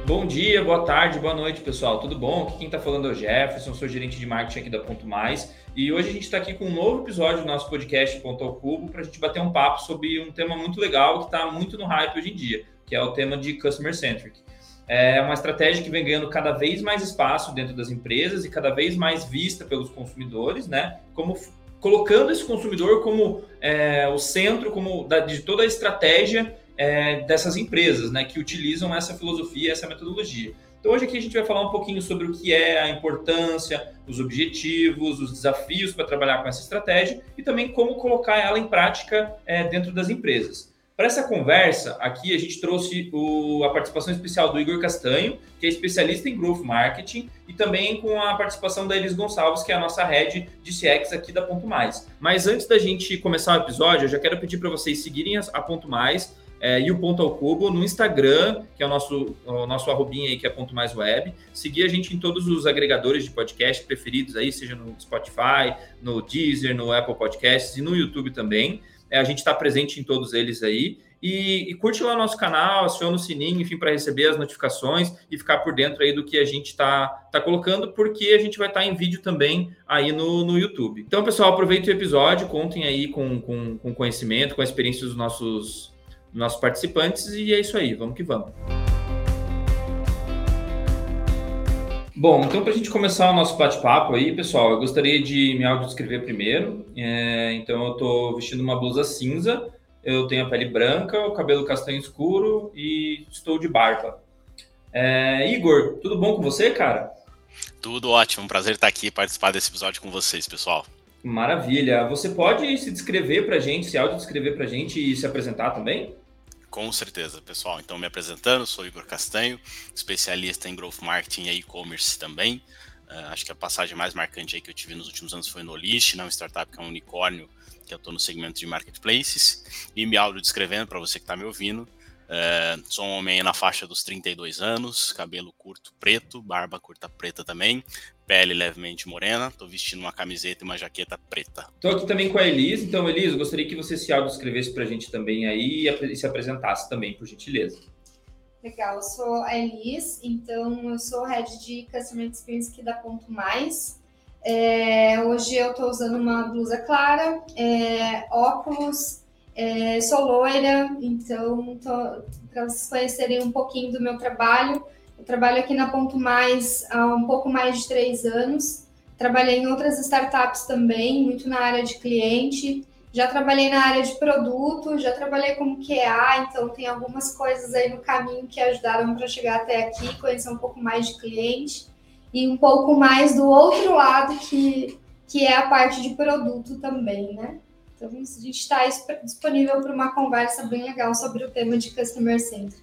Bom dia, boa tarde, boa noite, pessoal. Tudo bom? Aqui quem está falando é o Jefferson, sou gerente de marketing aqui da Ponto Mais. E hoje a gente está aqui com um novo episódio do nosso podcast Ponto ao Cubo para a gente bater um papo sobre um tema muito legal que está muito no hype hoje em dia, que é o tema de Customer Centric. É uma estratégia que vem ganhando cada vez mais espaço dentro das empresas e cada vez mais vista pelos consumidores, né? Como colocando esse consumidor como o centro de toda a estratégia dessas empresas, né, que utilizam essa filosofia, essa metodologia. Então hoje aqui a gente vai falar um pouquinho sobre o que é a importância, os objetivos, os desafios para trabalhar com essa estratégia e também como colocar ela em prática dentro das empresas. Para essa conversa, aqui a gente trouxe a participação especial do Igor Castanho, que é especialista em Growth Marketing, e também com a participação da Elis Gonçalves, que é a nossa Head de CX aqui da Ponto Mais. Mas antes da gente começar o episódio, eu já quero pedir para vocês seguirem a Ponto Mais e o Ponto ao Cubo no Instagram, que é o nosso arrobinha aí, que é Ponto Mais Web. Seguir a gente em todos os agregadores de podcast preferidos aí, seja no Spotify, no Deezer, no Apple Podcasts e no YouTube também. A gente está presente em todos eles aí. E curte lá o nosso canal, aciona o sininho, enfim, para receber as notificações e ficar por dentro aí do que a gente está colocando, porque a gente vai estar em vídeo também aí no YouTube. Então, pessoal, aproveite o episódio, contem aí com conhecimento, com a experiência dos nossos participantes, e é isso aí, vamos que vamos. Bom, então para a gente começar o nosso bate-papo aí, pessoal, eu gostaria de me audiodescrever primeiro. Então eu estou vestindo uma blusa cinza, eu tenho a pele branca, o cabelo castanho escuro e estou de barba. Igor, tudo bom com você, cara? Tudo ótimo, um prazer estar aqui e participar desse episódio com vocês, pessoal. Maravilha. Você pode se descrever para a gente, se audiodescrever para a gente e se apresentar também? Com certeza, pessoal. Então, me apresentando, sou Igor Castanho, especialista em Growth Marketing e e-commerce também. Acho que a passagem mais marcante aí que eu tive nos últimos anos foi no Olist, uma startup que é um unicórnio, que eu estou no segmento de marketplaces. E me audiodescrevendo para você que está me ouvindo. Sou um homem na faixa dos 32 anos, cabelo curto preto, barba curta preta também, pele levemente morena, estou vestindo uma camiseta e uma jaqueta preta. Estou aqui também com a Elis. Então, Elis, eu gostaria que você se audiodescrevesse para a gente também aí e se apresentasse também, por gentileza. Legal, eu sou a Elis, então eu sou Head de Customer Experience aqui da Ponto Mais. Hoje eu estou usando uma blusa clara, óculos, sou loira, então para vocês conhecerem um pouquinho do meu trabalho. Eu trabalho aqui na Ponto Mais há um pouco mais de 3 anos. Trabalhei em outras startups também, muito na área de cliente. Já trabalhei na área de produto, já trabalhei como QA, então tem algumas coisas aí no caminho que ajudaram para chegar até aqui, conhecer um pouco mais de cliente e um pouco mais do outro lado, que é a parte de produto também, né? Então, a gente está disponível para uma conversa bem legal sobre o tema de Customer Centric.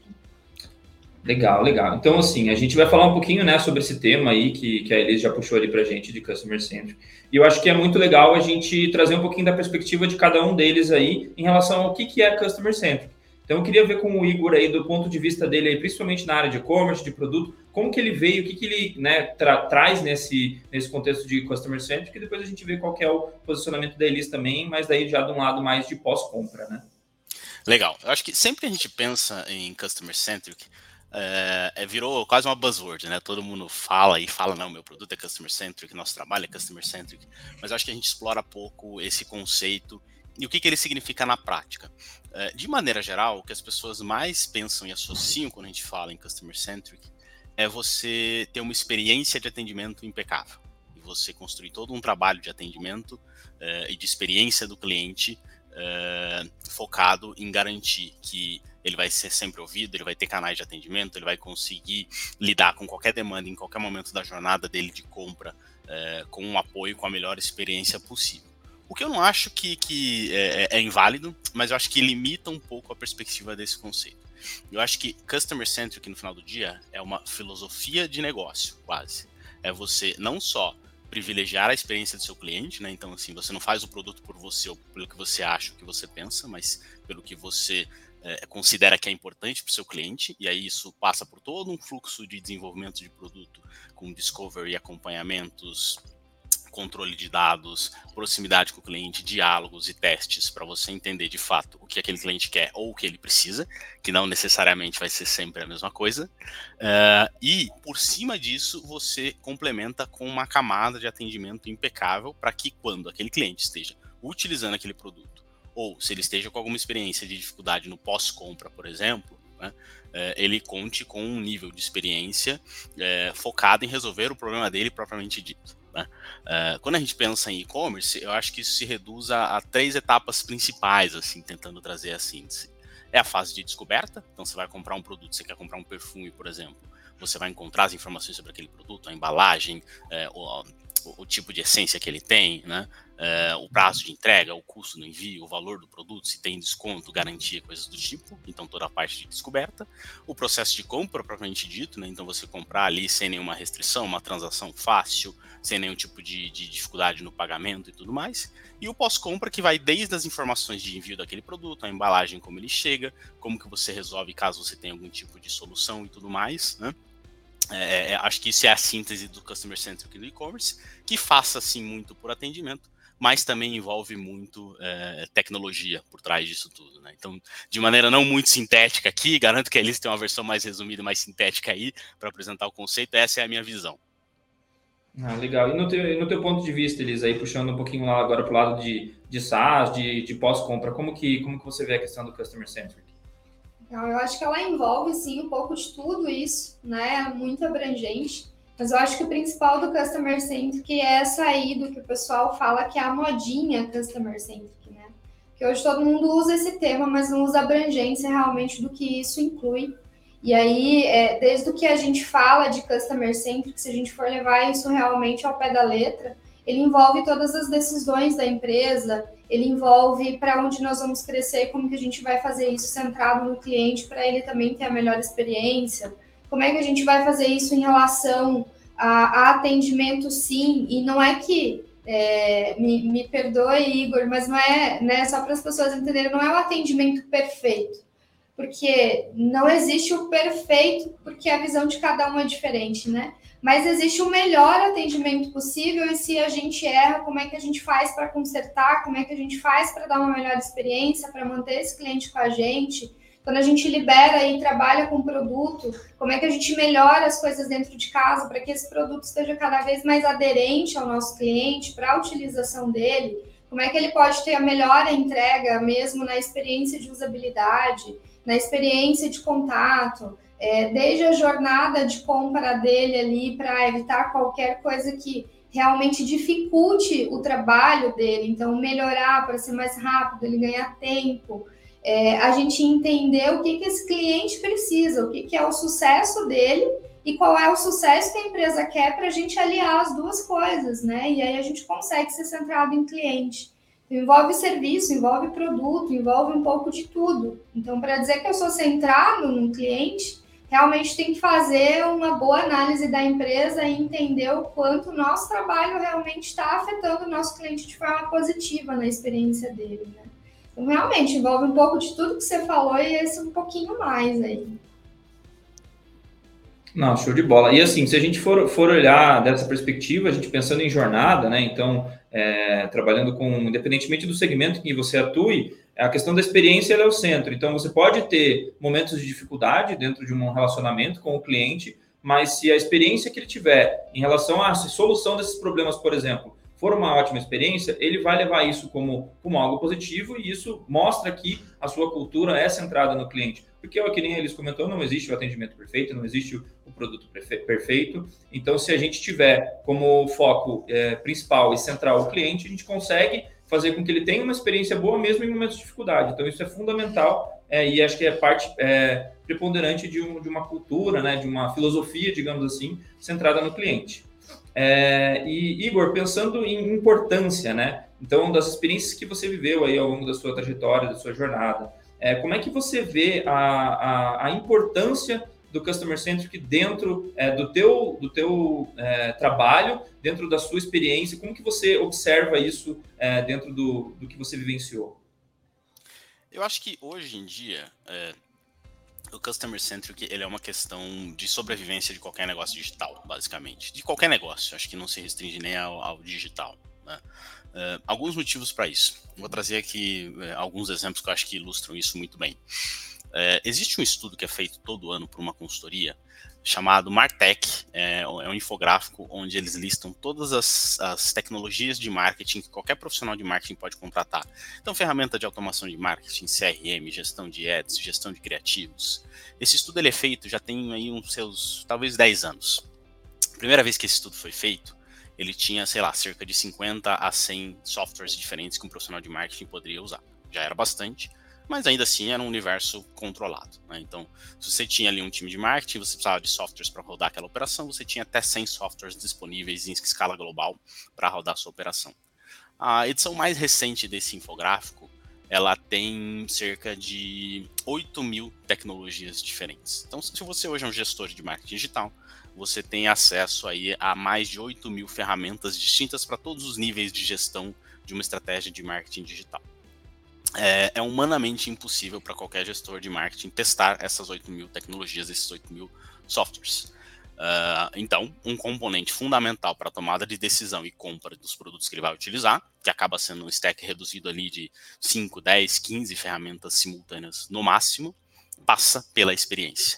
Legal. Então, assim, a gente vai falar um pouquinho, né, sobre esse tema aí que a Elis já puxou ali pra gente de Customer Centric. E eu acho que é muito legal a gente trazer um pouquinho da perspectiva de cada um deles aí em relação ao que é Customer Centric. Então, eu queria ver com o Igor aí, do ponto de vista dele aí, principalmente na área de e-commerce, de produto, como que ele veio, o que ele, né, traz nesse contexto de Customer Centric, e depois a gente vê qual que é o posicionamento da Elis também, mas daí já de um lado mais de pós-compra, né? Legal. Eu acho que sempre que a gente pensa em Customer Centric, virou quase uma buzzword, né? Todo mundo fala, não, meu produto é Customer Centric, nosso trabalho é Customer Centric, mas eu acho que a gente explora pouco esse conceito e o que ele significa na prática. De maneira geral, o que as pessoas mais pensam e associam quando a gente fala em Customer Centric é você ter uma experiência de atendimento impecável, e você construir todo um trabalho de atendimento e de experiência do cliente focado em garantir que ele vai ser sempre ouvido, ele vai ter canais de atendimento, ele vai conseguir lidar com qualquer demanda em qualquer momento da jornada dele de compra com um apoio, com a melhor experiência possível. O que eu não acho que é inválido, mas eu acho que limita um pouco a perspectiva desse conceito. Eu acho que Customer Centric, no final do dia, é uma filosofia de negócio, quase. É você não só privilegiar a experiência do seu cliente, né? Então, assim, você não faz o produto por você ou pelo que você acha, o que você pensa, mas pelo que você considera que é importante para o seu cliente, e aí isso passa por todo um fluxo de desenvolvimento de produto, com discovery, acompanhamentos, controle de dados, proximidade com o cliente, diálogos e testes para você entender de fato o que aquele cliente quer ou o que ele precisa, que não necessariamente vai ser sempre a mesma coisa. E, por cima disso, você complementa com uma camada de atendimento impecável para que quando aquele cliente esteja utilizando aquele produto, ou se ele esteja com alguma experiência de dificuldade no pós-compra, por exemplo, né, ele conte com um nível de experiência focado em resolver o problema dele propriamente dito. Né? Quando a gente pensa em e-commerce, eu acho que isso se reduz a 3 etapas principais, assim, tentando trazer a síntese. É a fase de descoberta, então você vai comprar um produto, você quer comprar um perfume, por exemplo, você vai encontrar as informações sobre aquele produto, a embalagem, o tipo de essência que ele tem, né? O prazo de entrega, o custo do envio, o valor do produto, se tem desconto, garantia, coisas do tipo. Então, toda a parte de descoberta. O processo de compra, propriamente dito, né? Então, você comprar ali sem nenhuma restrição, uma transação fácil, sem nenhum tipo de dificuldade no pagamento e tudo mais. E o pós-compra, que vai desde as informações de envio daquele produto, a embalagem, como ele chega, como que você resolve caso você tenha algum tipo de solução e tudo mais, né? Acho que isso é a síntese do Customer Centric do e-commerce, que faça, assim, muito por atendimento, mas também envolve muito tecnologia por trás disso tudo, né? Então, de maneira não muito sintética aqui, garanto que a Elis tem uma versão mais resumida, mais sintética aí, para apresentar o conceito, essa é a minha visão. Legal. E no teu ponto de vista, Elis, aí puxando um pouquinho lá agora para o lado de SaaS, de pós-compra, como que você vê a questão do Customer Centric? Então, eu acho que ela envolve, sim, um pouco de tudo isso, né? Muito abrangente. Mas eu acho que o principal do Customer Centric é sair do que o pessoal fala que é a modinha Customer Centric, né? Porque hoje todo mundo usa esse tema, mas não usa a abrangência realmente do que isso inclui. E aí, desde o que a gente fala de Customer Centric, se a gente for levar isso realmente ao pé da letra, ele envolve todas as decisões da empresa, ele envolve para onde nós vamos crescer, como que a gente vai fazer isso centrado no cliente para ele também ter a melhor experiência, como é que a gente vai fazer isso em relação a atendimento, sim, e não é que, me perdoe, Igor, mas não é, né, só para as pessoas entenderem, não é o atendimento perfeito, porque não existe o perfeito, porque a visão de cada um é diferente, né? Mas existe o melhor atendimento possível e se a gente erra, como é que a gente faz para consertar, como é que a gente faz para dar uma melhor experiência, para manter esse cliente com a gente. Quando a gente libera e trabalha com produto, como é que a gente melhora as coisas dentro de casa para que esse produto esteja cada vez mais aderente ao nosso cliente, para a utilização dele, como é que ele pode ter a melhor entrega mesmo na experiência de usabilidade, na experiência de contato, desde a jornada de compra dele ali para evitar qualquer coisa que realmente dificulte o trabalho dele, então melhorar para ser mais rápido, ele ganhar tempo, a gente entender o que esse cliente precisa, o que é o sucesso dele e qual é o sucesso que a empresa quer para a gente aliar as duas coisas, né? E aí a gente consegue ser centrado em cliente. Envolve serviço, envolve produto, envolve um pouco de tudo. Então, para dizer que eu sou centrado no cliente, realmente tem que fazer uma boa análise da empresa e entender o quanto o nosso trabalho realmente está afetando o nosso cliente de forma positiva na experiência dele, né? Então, realmente, envolve um pouco de tudo que você falou e esse um pouquinho mais aí. Não, show de bola. E assim, se a gente for olhar dessa perspectiva, a gente pensando em jornada, né? Então, trabalhando com, independentemente do segmento em que você atue, a questão da experiência ela é o centro. Então, você pode ter momentos de dificuldade dentro de um relacionamento com o cliente, mas se a experiência que ele tiver em relação à solução desses problemas, por exemplo, for uma ótima experiência, ele vai levar isso como algo positivo e isso mostra que a sua cultura é centrada no cliente. Porque, que nem eles comentou, não existe o atendimento perfeito, não existe o produto perfeito. Então, se a gente tiver como foco principal e central o cliente, a gente consegue fazer com que ele tenha uma experiência boa mesmo em momentos de dificuldade. Então, isso é fundamental e acho que é parte preponderante de uma cultura, né, de uma filosofia, digamos assim, centrada no cliente. E, Igor, pensando em importância, né? Então, das experiências que você viveu aí ao longo da sua trajetória, da sua jornada, como é que você vê a importância do Customer Centric dentro do teu trabalho, dentro da sua experiência? Como que você observa isso dentro do que você vivenciou? Eu acho que hoje em dia, o Customer Centric, ele é uma questão de sobrevivência de qualquer negócio digital, basicamente. De qualquer negócio, acho que não se restringe nem ao digital, né? Alguns motivos para isso. Vou trazer aqui alguns exemplos que eu acho que ilustram isso muito bem. Existe um estudo que é feito todo ano por uma consultoria chamado Martech, é um infográfico onde eles listam todas as tecnologias de marketing que qualquer profissional de marketing pode contratar. Então, ferramenta de automação de marketing, CRM, gestão de ads, gestão de criativos. Esse estudo ele é feito já tem aí uns seus, talvez 10 anos. A primeira vez que esse estudo foi feito, ele tinha, sei lá, cerca de 50 a 100 softwares diferentes que um profissional de marketing poderia usar. Já era bastante, mas ainda assim era um universo controlado, né? Então, se você tinha ali um time de marketing, você precisava de softwares para rodar aquela operação, você tinha até 100 softwares disponíveis em escala global para rodar a sua operação. A edição mais recente desse infográfico, ela tem cerca de 8.000 tecnologias diferentes. Então, se você hoje é um gestor de marketing digital, você tem acesso aí a mais de 8.000 ferramentas distintas para todos os níveis de gestão de uma estratégia de marketing digital. É humanamente impossível para qualquer gestor de marketing testar essas 8.000 tecnologias, esses 8.000 softwares. Então, um componente fundamental para a tomada de decisão e compra dos produtos que ele vai utilizar, que acaba sendo um stack reduzido ali de 5, 10, 15 ferramentas simultâneas no máximo, passa pela experiência.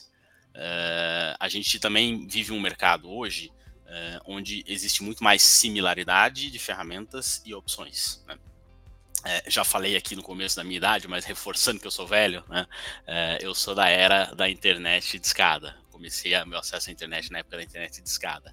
A gente também vive um mercado hoje onde existe muito mais similaridade de ferramentas e opções, né? Já falei aqui no começo da minha idade, mas reforçando que eu sou velho, né? Eu sou da era da internet de escada. Comecei meu acesso à internet na época da internet de escada.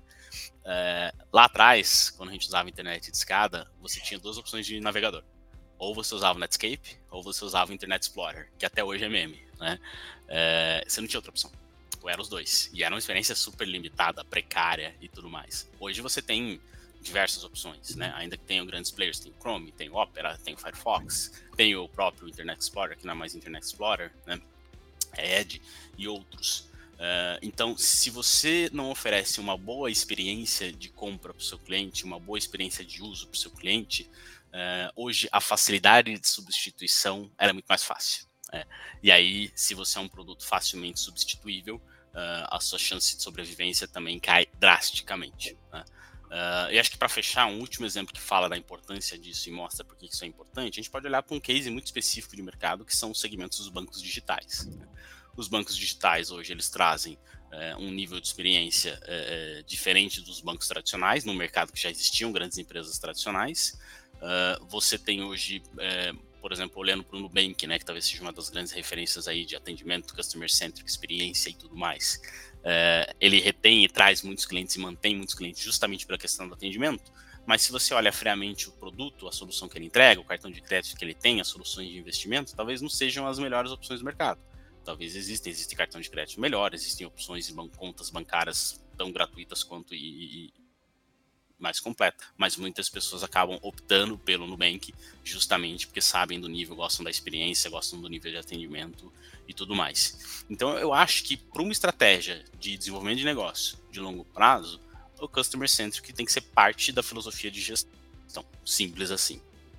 Lá atrás, quando a gente usava internet de escada, você tinha duas opções de navegador. Ou você usava o Netscape, ou você usava o Internet Explorer, que até hoje é meme, né? Você não tinha outra opção. Ou eram os dois. E era uma experiência super limitada, precária e tudo mais. Hoje você tem diversas opções, né? Ainda que tenham grandes players, tem o Chrome, tem o Opera, tem o Firefox, tem o próprio Internet Explorer, que não é mais Internet Explorer, né? Edge e outros. Então, se você não oferece uma boa experiência de compra para o seu cliente, uma boa experiência de uso para o seu cliente, hoje a facilidade de substituição é muito mais fácil. E aí, se você é um produto facilmente substituível, a sua chance de sobrevivência também cai drasticamente, né? E acho que para fechar, um último exemplo que fala da importância disso e mostra por que isso é importante, a gente pode olhar para um case muito específico de mercado, que são os segmentos dos bancos digitais. Os bancos digitais hoje eles trazem um nível de experiência diferente dos bancos tradicionais, num mercado que já existiam grandes empresas tradicionais. Você tem hoje, por exemplo, olhando para o Nubank, né, que talvez seja uma das grandes referências aí de atendimento, customer centric, experiência e tudo mais. Ele retém e traz muitos clientes e mantém muitos clientes justamente pela questão do atendimento, mas se você olha friamente o produto, a solução que ele entrega, o cartão de crédito que ele tem, as soluções de investimento, talvez não sejam as melhores opções do mercado. Talvez existe cartão de crédito melhor, existem opções de contas bancárias tão gratuitas quanto e mais completa, mas muitas pessoas acabam optando pelo Nubank justamente porque sabem do nível, gostam da experiência, gostam do nível de atendimento e tudo mais. Então eu acho que para uma estratégia de desenvolvimento de negócio de longo prazo, o Customer Centric tem que ser parte da filosofia de gestão, simples assim.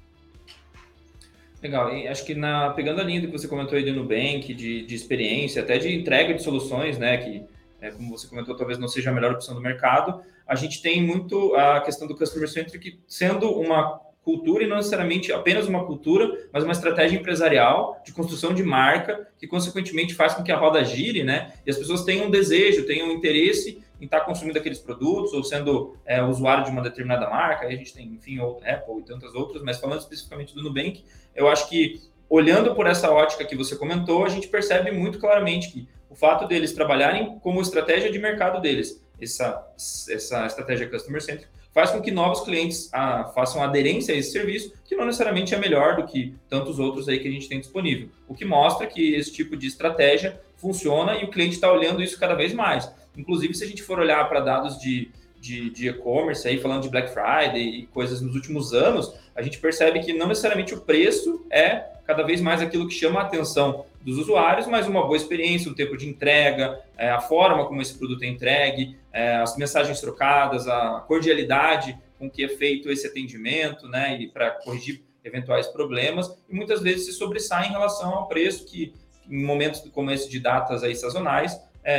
Legal, e acho que pegando a linha do que você comentou aí do Nubank, de experiência, até de entrega de soluções, né, que como você comentou, talvez não seja a melhor opção do mercado, a gente tem muito a questão do Customer Centric sendo uma cultura e não necessariamente apenas uma cultura, mas uma estratégia empresarial de construção de marca que, consequentemente, faz com que a roda gire, né? E as pessoas tenham um desejo, tenham um interesse em estar consumindo aqueles produtos ou sendo usuário de uma determinada marca. Aí a gente tem, enfim, Apple e tantas outras, mas falando especificamente do Nubank, eu acho que, olhando por essa ótica que você comentou, a gente percebe muito claramente que o fato deles trabalharem como estratégia de mercado deles, essa estratégia Customer Centric, faz com que novos clientes façam aderência a esse serviço, que não necessariamente é melhor do que tantos outros aí que a gente tem disponível. O que mostra que esse tipo de estratégia funciona e o cliente está olhando isso cada vez mais. Inclusive, se a gente for olhar para dados de e-commerce, aí falando de Black Friday e coisas nos últimos anos, a gente percebe que não necessariamente o preço é cada vez mais aquilo que chama a atenção dos usuários, mas uma boa experiência, o tempo de entrega, a forma como esse produto é entregue, as mensagens trocadas, a cordialidade com que é feito esse atendimento, né, e para corrigir eventuais problemas, e muitas vezes se sobressai em relação ao preço que em momentos como esse de datas aí sazonais,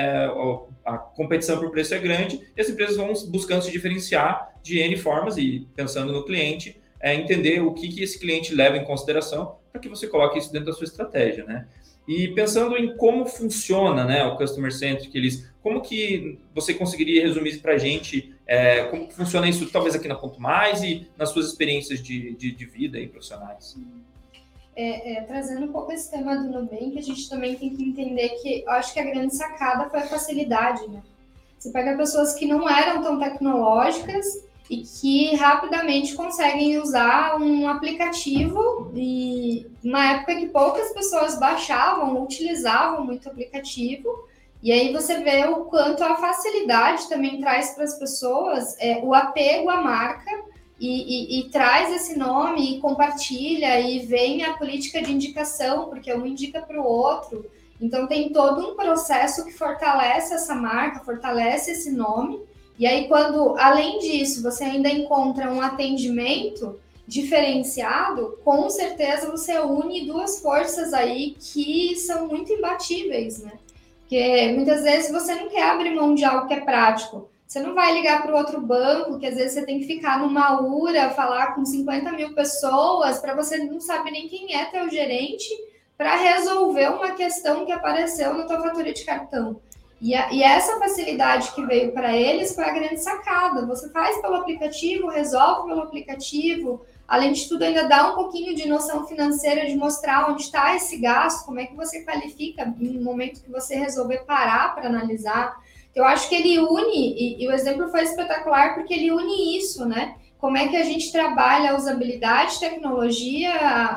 a competição por preço é grande e as empresas vão buscando se diferenciar de N formas e, pensando no cliente, entender o que esse cliente leva em consideração para que você coloque isso dentro da sua estratégia, né? E pensando em como funciona, né, o Customer Centric, como que você conseguiria resumir para a gente como que funciona isso, talvez aqui na Ponto Mais e nas suas experiências de vida e profissionais? Trazendo um pouco esse tema do Nubank, a gente também tem que entender que eu acho que a grande sacada foi a facilidade, né? Você pega pessoas que não eram tão tecnológicas e que rapidamente conseguem usar um aplicativo, e na época que poucas pessoas baixavam, utilizavam muito o aplicativo, e aí você vê o quanto a facilidade também traz para as pessoas o apego à marca, e traz esse nome e compartilha, e vem a política de indicação, porque um indica para o outro. Então tem todo um processo que fortalece essa marca, fortalece esse nome. E aí, quando, além disso, você ainda encontra um atendimento diferenciado, com certeza você une duas forças aí que são muito imbatíveis, né? Porque muitas vezes você não quer abrir mão de algo que é prático. Você não vai ligar para o outro banco, que às vezes você tem que ficar numa URA, falar com 50 mil pessoas, para você não saber nem quem é teu gerente, para resolver uma questão que apareceu na tua fatura de cartão. E essa facilidade que veio para eles foi a grande sacada. Você faz pelo aplicativo, resolve pelo aplicativo, além de tudo ainda dá um pouquinho de noção financeira, de mostrar onde está esse gasto, como é que você qualifica no momento que você resolver parar para analisar. Eu acho que ele une, e o exemplo foi espetacular, porque ele une isso, né? Como é que a gente trabalha a usabilidade, tecnologia,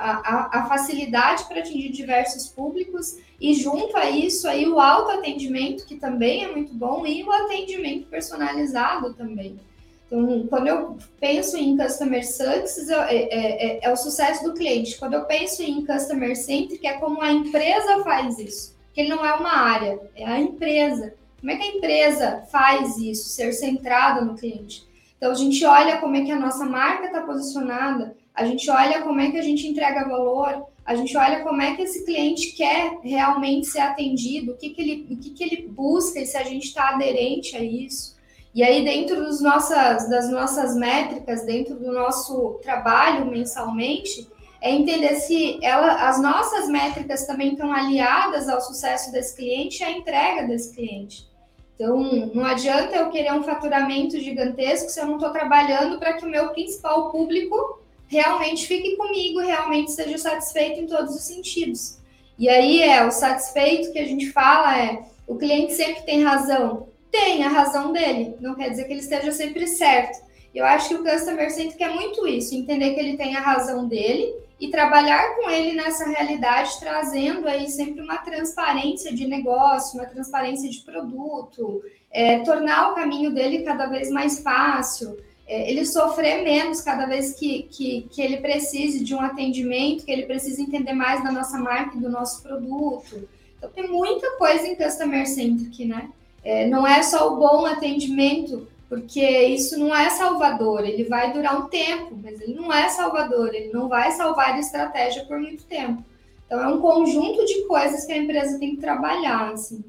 a facilidade para atingir diversos públicos, e junto a isso aí o autoatendimento, que também é muito bom, e o atendimento personalizado também. Então, quando eu penso em Customer Success, é o sucesso do cliente. Quando eu penso em Customer Centric, é como a empresa faz isso. Porque ele não é uma área, é a empresa. Como é que a empresa faz isso, ser centrada no cliente? Então, a gente olha como é que a nossa marca está posicionada, a gente olha como é que a gente entrega valor, a gente olha como é que esse cliente quer realmente ser atendido, o que ele busca e se a gente está aderente a isso. E aí, dentro das nossas métricas, dentro do nosso trabalho mensalmente, entender se as nossas métricas também estão aliadas ao sucesso desse cliente e à entrega desse cliente. Então, não adianta eu querer um faturamento gigantesco se eu não estou trabalhando para que o meu principal público realmente fique comigo, realmente seja satisfeito em todos os sentidos. E aí o satisfeito que a gente fala o cliente sempre tem razão. Tem a razão dele, não quer dizer que ele esteja sempre certo. Eu acho que o Customer Centric é muito isso, entender que ele tem a razão dele e trabalhar com ele nessa realidade, trazendo aí sempre uma transparência de negócio, uma transparência de produto, tornar o caminho dele cada vez mais fácil, ele sofrer menos cada vez que ele precise de um atendimento, que ele precise entender mais da nossa marca e do nosso produto. Então, tem muita coisa em Customer Centric, né? Não é só o bom atendimento, porque isso não é salvador, ele vai durar um tempo, mas ele não é salvador, ele não vai salvar a estratégia por muito tempo. Então, é um conjunto de coisas que a empresa tem que trabalhar, assim.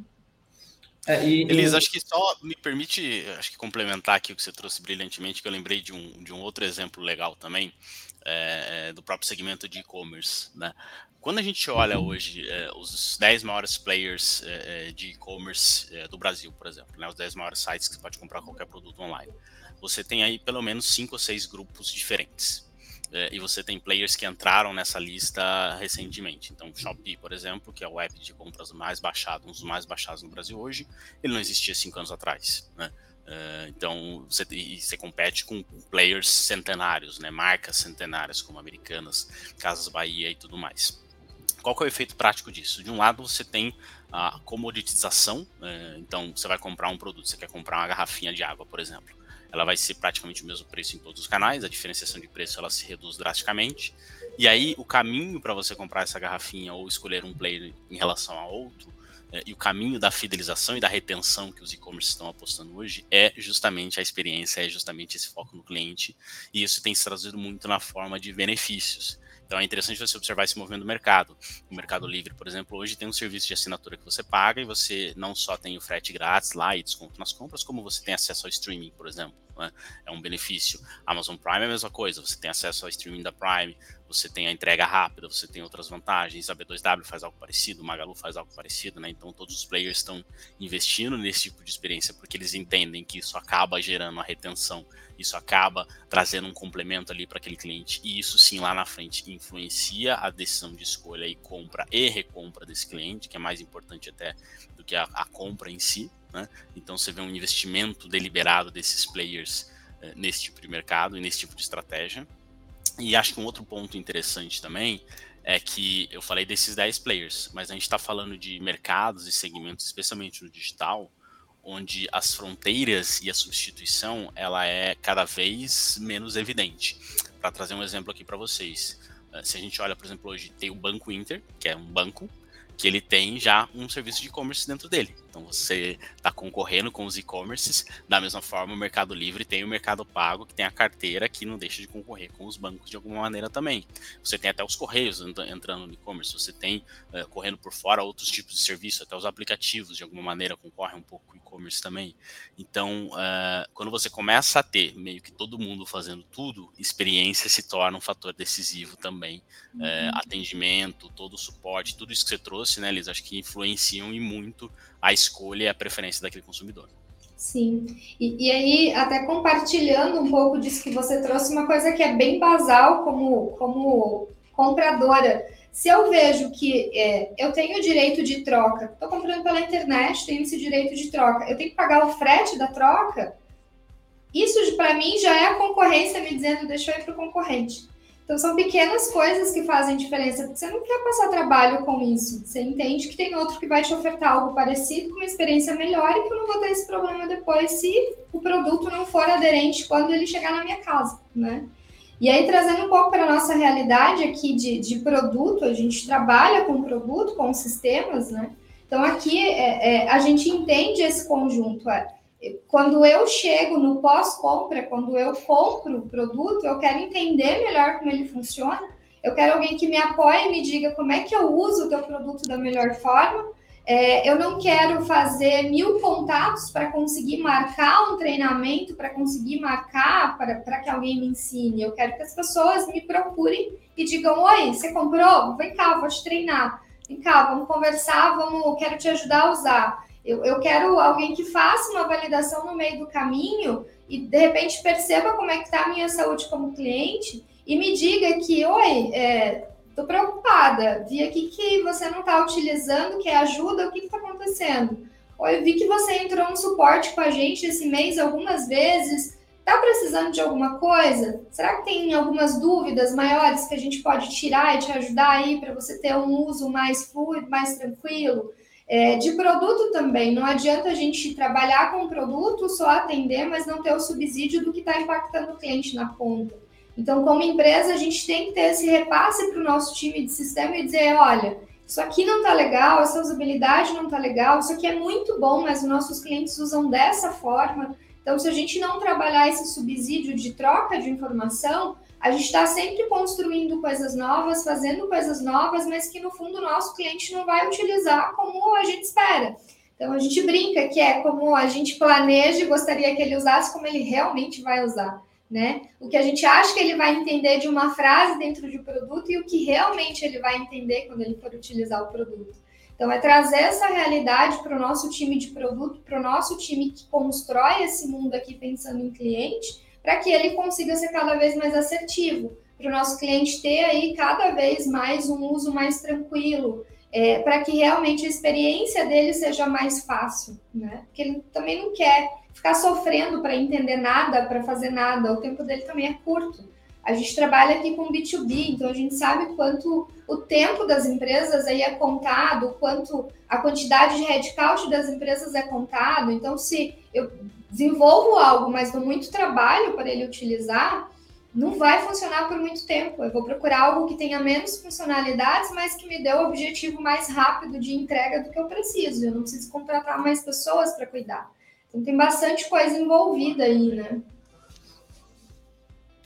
Elisa, acho que só me permite, acho que complementar aqui o que você trouxe brilhantemente, que eu lembrei de um outro exemplo legal também, do próprio segmento de e-commerce, né? Quando a gente olha hoje os 10 maiores players de e-commerce do Brasil, por exemplo, né, os 10 maiores sites que você pode comprar qualquer produto online, você tem aí pelo menos 5 ou 6 grupos diferentes. E você tem players que entraram nessa lista recentemente. Então, o Shopee, por exemplo, que é o app de compras mais baixado, um dos mais baixados no Brasil hoje, ele não existia 5 anos atrás, né? Então, você compete com players centenários, né? Marcas centenárias como Americanas, Casas Bahia e tudo mais. Qual que é o efeito prático disso? De um lado, você tem a comoditização, então você vai comprar um produto, você quer comprar uma garrafinha de água, por exemplo. Ela vai ser praticamente o mesmo preço em todos os canais, a diferenciação de preço ela se reduz drasticamente, e aí o caminho para você comprar essa garrafinha ou escolher um player em relação a outro, e o caminho da fidelização e da retenção que os e-commerce estão apostando hoje é justamente a experiência, é justamente esse foco no cliente, e isso tem se traduzido muito na forma de benefícios. Então é interessante você observar esse movimento do mercado. O Mercado Livre, por exemplo, hoje tem um serviço de assinatura que você paga e você não só tem o frete grátis lá e desconto nas compras, como você tem acesso ao streaming, por exemplo. Né? É um benefício. Amazon Prime é a mesma coisa, você tem acesso ao streaming da Prime, você tem a entrega rápida, você tem outras vantagens, a B2W faz algo parecido, o Magalu faz algo parecido, né? Então todos os players estão investindo nesse tipo de experiência porque eles entendem que isso acaba gerando a retenção, isso acaba trazendo um complemento ali para aquele cliente, e isso sim lá na frente influencia a decisão de escolha e compra e recompra desse cliente, que é mais importante até do que a compra em si, né? Então você vê um investimento deliberado desses players nesse tipo de mercado e nesse tipo de estratégia. E acho que um outro ponto interessante também é que eu falei desses 10 players, mas a gente está falando de mercados e segmentos, especialmente no digital, onde as fronteiras e a substituição ela é cada vez menos evidente. Para trazer um exemplo aqui para vocês, se a gente olha, por exemplo, hoje tem o Banco Inter, que é um banco, que ele tem já um serviço de e-commerce dentro dele. Então você está concorrendo com os e-commerces, da mesma forma o Mercado Livre tem o Mercado Pago, que tem a carteira que não deixa de concorrer com os bancos de alguma maneira também. Você tem até os Correios entrando no e-commerce, você tem correndo por fora outros tipos de serviço, até os aplicativos de alguma maneira concorrem um pouco com o e-commerce também. Então, quando você começa a ter meio que todo mundo fazendo tudo, experiência se torna um fator decisivo também. Atendimento, todo o suporte, tudo isso que você trouxe, né, Liz, acho que influenciam e muito a escolha e a preferência daquele consumidor. Sim, e aí até compartilhando um pouco disso que você trouxe, uma coisa que é bem basal como compradora. Se eu vejo que eu tenho o direito de troca, estou comprando pela internet, tenho esse direito de troca, eu tenho que pagar o frete da troca, isso para mim já é a concorrência me dizendo deixa eu ir para o concorrente. Então, são pequenas coisas que fazem diferença, porque você não quer passar trabalho com isso. Você entende que tem outro que vai te ofertar algo parecido, com uma experiência melhor, e que eu não vou ter esse problema depois se o produto não for aderente quando ele chegar na minha casa, né? E aí, trazendo um pouco para a nossa realidade aqui de produto, a gente trabalha com produto, com sistemas, né? Então, aqui a gente entende esse conjunto, quando eu chego no pós-compra, quando eu compro o produto, eu quero entender melhor como ele funciona, eu quero alguém que me apoie e me diga como é que eu uso o teu produto da melhor forma, eu não quero fazer 1000 contatos para conseguir marcar um treinamento, para conseguir marcar, para que alguém me ensine, eu quero que as pessoas me procurem e digam, oi, você comprou? Vem cá, vou te treinar, vem cá, vamos conversar, quero te ajudar a usar. Eu quero alguém que faça uma validação no meio do caminho e, de repente, perceba como é que está a minha saúde como cliente e me diga que, oi, estou preocupada, vi aqui que você não está utilizando, que ajuda, o que está acontecendo? Oi, eu vi que você entrou no suporte com a gente esse mês algumas vezes, está precisando de alguma coisa? Será que tem algumas dúvidas maiores que a gente pode tirar e te ajudar aí para você ter um uso mais fluido, mais tranquilo? De produto também, não adianta a gente trabalhar com o produto, só atender, mas não ter o subsídio do que está impactando o cliente na ponta. Então, como empresa, a gente tem que ter esse repasse para o nosso time de sistema e dizer, olha, isso aqui não está legal, essa usabilidade não está legal, isso aqui é muito bom, mas os nossos clientes usam dessa forma. Então, se a gente não trabalhar esse subsídio de troca de informação, a gente está sempre construindo coisas novas, fazendo coisas novas, mas que no fundo o nosso cliente não vai utilizar como a gente espera. Então a gente brinca que é como a gente planeja e gostaria que ele usasse, como ele realmente vai usar, né? O que a gente acha que ele vai entender de uma frase dentro de um produto e o que realmente ele vai entender quando ele for utilizar o produto. Então é trazer essa realidade para o nosso time de produto, para o nosso time que constrói esse mundo aqui pensando em cliente, para que ele consiga ser cada vez mais assertivo, para o nosso cliente ter aí cada vez mais um uso mais tranquilo, para que realmente a experiência dele seja mais fácil, né? Porque ele também não quer ficar sofrendo para entender nada, para fazer nada, o tempo dele também é curto. A gente trabalha aqui com B2B, então a gente sabe quanto o tempo das empresas aí é contado, quanto a quantidade de headcount das empresas é contado. Então, se eu desenvolvo algo, mas dou muito trabalho para ele utilizar, não vai funcionar por muito tempo. Eu vou procurar algo que tenha menos funcionalidades, mas que me dê o objetivo mais rápido de entrega do que eu preciso. Eu não preciso contratar mais pessoas para cuidar. Então, tem bastante coisa envolvida aí, né?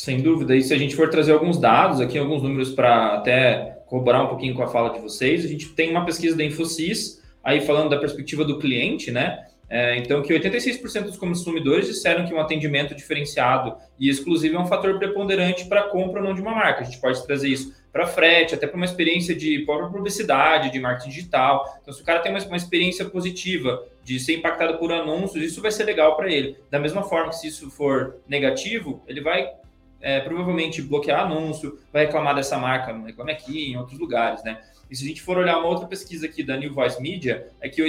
Sem dúvida. E se a gente for trazer alguns dados aqui, alguns números para até corroborar um pouquinho com a fala de vocês, a gente tem uma pesquisa da Infosys, aí falando da perspectiva do cliente, né? Então, que 86% dos consumidores disseram que um atendimento diferenciado e exclusivo é um fator preponderante para a compra ou não de uma marca. A gente pode trazer isso para frete, até para uma experiência de própria publicidade, de marketing digital. Então, se o cara tem uma experiência positiva de ser impactado por anúncios, isso vai ser legal para ele. Da mesma forma que se isso for negativo, ele vai provavelmente bloquear anúncio, vai reclamar dessa marca no Reclame Aqui, em outros lugares, né? E se a gente for olhar uma outra pesquisa aqui da New Voice Media, é que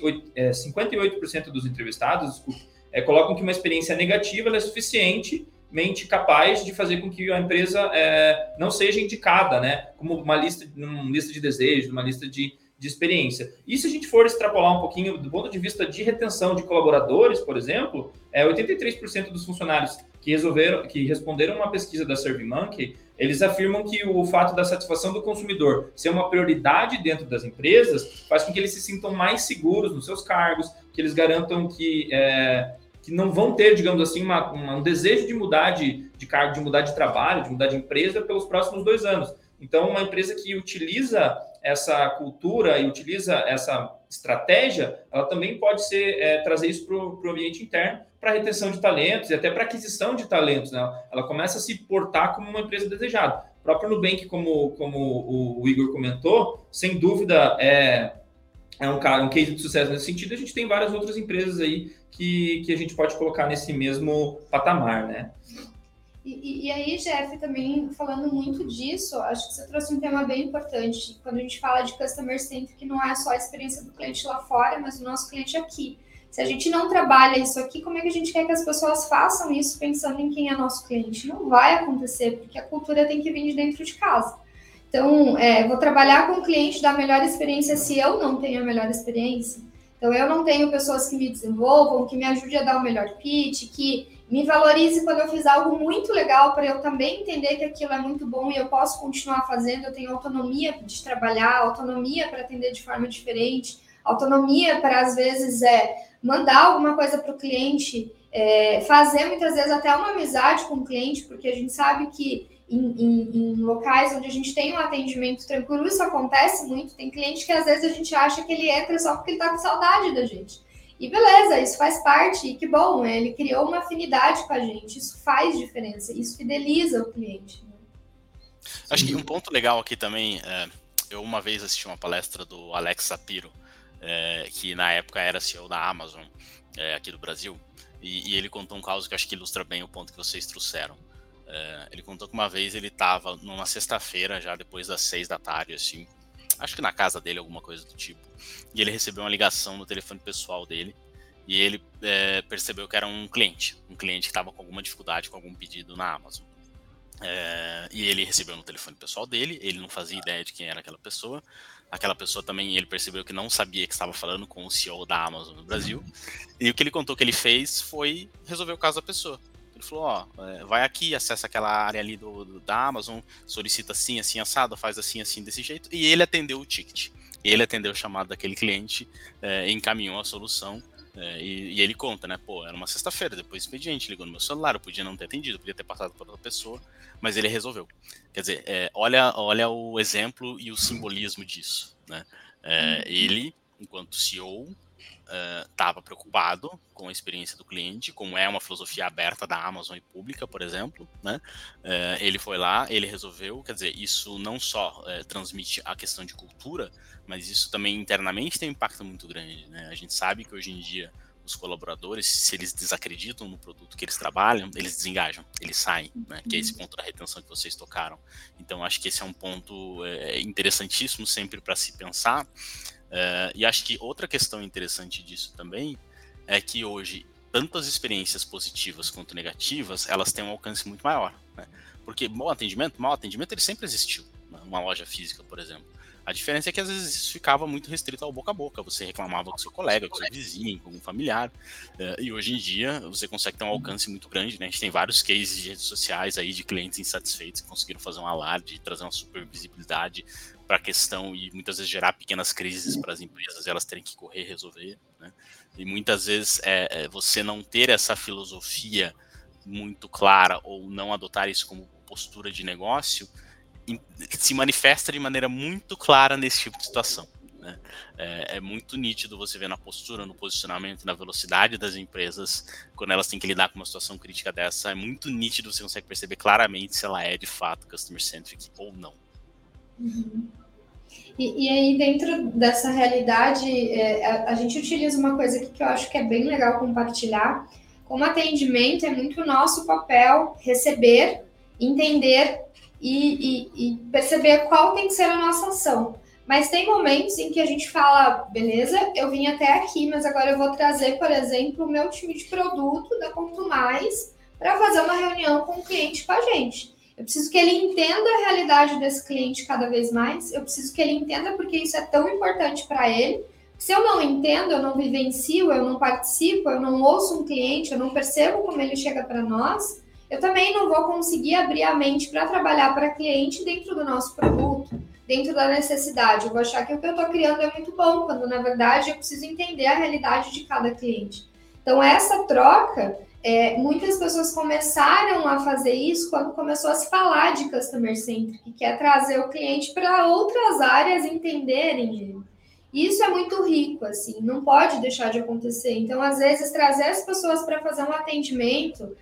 58% dos entrevistados colocam que uma experiência negativa é suficientemente capaz de fazer com que a empresa não seja indicada, né? Como uma lista de desejos, uma lista de experiência. E se a gente for extrapolar um pouquinho do ponto de vista de retenção de colaboradores, por exemplo, 83% dos funcionários que responderam uma pesquisa da SurveyMonkey, eles afirmam que o fato da satisfação do consumidor ser uma prioridade dentro das empresas faz com que eles se sintam mais seguros nos seus cargos, que eles garantam que não vão ter, digamos assim, um desejo de mudar de cargo, de mudar de trabalho, de mudar de empresa pelos próximos 2 anos. Então, uma empresa que utiliza essa cultura e utiliza essa estratégia, ela também pode trazer isso para o ambiente interno, para retenção de talentos e até para aquisição de talentos, né? Ela começa a se portar como uma empresa desejada. O próprio Nubank, como o Igor comentou, sem dúvida é um case de sucesso nesse sentido. A gente tem várias outras empresas aí que a gente pode colocar nesse mesmo patamar, né? E aí, Jeff, também falando muito disso, acho que você trouxe um tema bem importante. Quando a gente fala de Customer Centric, não é só a experiência do cliente lá fora, mas do nosso cliente aqui. Se a gente não trabalha isso aqui, como é que a gente quer que as pessoas façam isso pensando em quem é nosso cliente? Não vai acontecer, porque a cultura tem que vir de dentro de casa. Então, vou trabalhar com o cliente, dar a melhor experiência se eu não tenho a melhor experiência. Então, eu não tenho pessoas que me desenvolvam, que me ajudem a dar o melhor pitch, que me valorize quando eu fiz algo muito legal, para eu também entender que aquilo é muito bom e eu posso continuar fazendo. Eu tenho autonomia de trabalhar, autonomia para atender de forma diferente, autonomia para, às vezes, mandar alguma coisa para o cliente, fazer muitas vezes até uma amizade com o cliente, porque a gente sabe que em locais onde a gente tem um atendimento tranquilo, isso acontece muito. Tem cliente que às vezes a gente acha que ele entra só porque ele está com saudade da gente. E beleza, isso faz parte, e que bom, ele criou uma afinidade com a gente, isso faz diferença, isso fideliza o cliente. Né? Acho que um ponto legal aqui também, eu uma vez assisti uma palestra do Alex Sapiro, que na época era CEO da Amazon, aqui do Brasil, e ele contou um caso que eu acho que ilustra bem o ponto que vocês trouxeram. Ele contou que uma vez ele estava numa sexta-feira, já depois das 6 da tarde, assim, acho que na casa dele, alguma coisa do tipo, e ele recebeu uma ligação no telefone pessoal dele, e ele percebeu que era um cliente que estava com alguma dificuldade com algum pedido na Amazon. E ele recebeu no telefone pessoal dele, ele não fazia ideia de quem era aquela pessoa também, ele percebeu que não sabia que estava falando com o CEO da Amazon no Brasil, e o que ele contou que ele fez foi resolver o caso da pessoa. Ele falou, vai aqui, acessa aquela área ali da Amazon, solicita assim, assim, assado, faz assim, assim, desse jeito, e ele atendeu o ticket. Ele atendeu o chamado daquele cliente, encaminhou a solução, e ele conta, né, era uma sexta-feira, depois do expediente, ligou no meu celular, eu podia não ter atendido, podia ter passado para outra pessoa, mas ele resolveu. Quer dizer, olha o exemplo e o simbolismo disso, né? Ele, enquanto CEO, estava preocupado com a experiência do cliente, como é uma filosofia aberta da Amazon e pública, por exemplo, né? Ele foi lá, ele resolveu, quer dizer, isso não só transmite a questão de cultura, mas isso também internamente tem um impacto muito grande, né? A gente sabe que hoje em dia os colaboradores, se eles desacreditam no produto que eles trabalham, eles desengajam, eles saem, né? Que é esse ponto da retenção que vocês tocaram. Então, acho que esse é um ponto interessantíssimo sempre para se pensar. E acho que outra questão interessante disso também é que hoje, tanto as experiências positivas quanto negativas, elas têm um alcance muito maior, né? Porque mau atendimento ele sempre existiu, né? Uma loja física, por exemplo. A diferença é que às vezes isso ficava muito restrito ao boca a boca, você reclamava com seu colega, com seu vizinho, com um familiar, e hoje em dia você consegue ter um alcance muito grande, né? A gente tem vários cases de redes sociais aí de clientes insatisfeitos que conseguiram fazer um alarde, trazer uma super visibilidade para a questão e muitas vezes gerar pequenas crises para as empresas, elas terem que correr e resolver, né? E muitas vezes você não ter essa filosofia muito clara ou não adotar isso como postura de negócio, se manifesta de maneira muito clara nesse tipo de situação, né? É muito nítido você ver na postura, no posicionamento, na velocidade das empresas, quando elas têm que lidar com uma situação crítica dessa, é muito nítido, você consegue perceber claramente se ela é de fato customer-centric ou não. Uhum. E aí, dentro dessa realidade, a gente utiliza uma coisa aqui que eu acho que é bem legal compartilhar. Como atendimento, é muito nosso papel receber, entender e perceber qual tem que ser a nossa ação. Mas tem momentos em que a gente fala, beleza, eu vim até aqui, mas agora eu vou trazer, por exemplo, o meu time de produto da Ponto Mais para fazer uma reunião com o cliente com a gente. Eu preciso que ele entenda a realidade desse cliente cada vez mais, eu preciso que ele entenda porque isso é tão importante para ele. Se eu não entendo, eu não vivencio, eu não participo, eu não ouço um cliente, eu não percebo como ele chega para nós, eu também não vou conseguir abrir a mente para trabalhar para cliente dentro do nosso produto, dentro da necessidade. Eu vou achar que o que eu estou criando é muito bom, quando na verdade eu preciso entender a realidade de cada cliente. Então essa troca, muitas pessoas começaram a fazer isso quando começou a se falar de Customer Centric, que é trazer o cliente para outras áreas entenderem ele. Isso é muito rico, assim, não pode deixar de acontecer. Então, às vezes, trazer as pessoas para fazer um atendimento,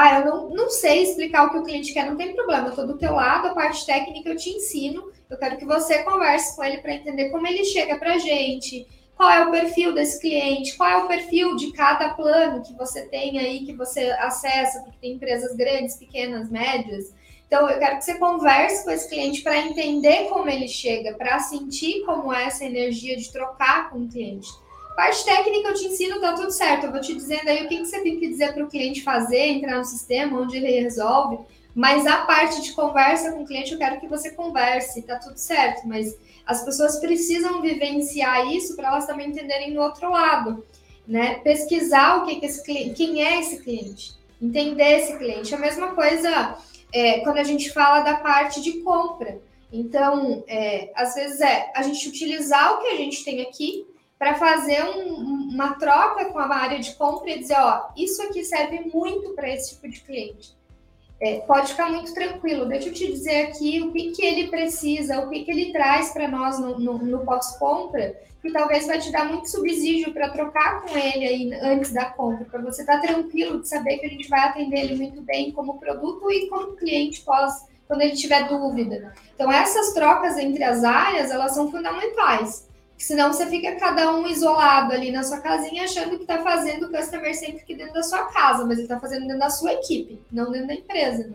eu não sei explicar o que o cliente quer, não tem problema, eu estou do teu lado, a parte técnica eu te ensino, eu quero que você converse com ele para entender como ele chega para a gente, qual é o perfil desse cliente, qual é o perfil de cada plano que você tem aí, que você acessa, porque tem empresas grandes, pequenas, médias. Então, eu quero que você converse com esse cliente para entender como ele chega, para sentir como é essa energia de trocar com o cliente. Parte técnica eu te ensino, tá tudo certo. Eu vou te dizendo aí o que você tem que dizer para o cliente fazer, entrar no sistema, onde ele resolve. Mas a parte de conversa com o cliente, eu quero que você converse, tá tudo certo. Mas as pessoas precisam vivenciar isso para elas também entenderem do outro lado, né? Pesquisar o que esse cliente, quem é esse cliente, entender esse cliente. A mesma coisa quando a gente fala da parte de compra. Então, às vezes a gente utilizar o que a gente tem aqui para fazer uma troca com a área de compra e dizer, isso aqui serve muito para esse tipo de cliente. Pode ficar muito tranquilo. Deixa eu te dizer aqui o que ele precisa, o que ele traz para nós no pós-compra, que talvez vai te dar muito subsídio para trocar com ele aí antes da compra, para você estar tranquilo de saber que a gente vai atender ele muito bem como produto e como cliente quando ele tiver dúvida. Então, essas trocas entre as áreas, elas são fundamentais. Senão você fica cada um isolado ali na sua casinha achando que está fazendo o Customer Centric dentro da sua casa, mas ele está fazendo dentro da sua equipe, não dentro da empresa,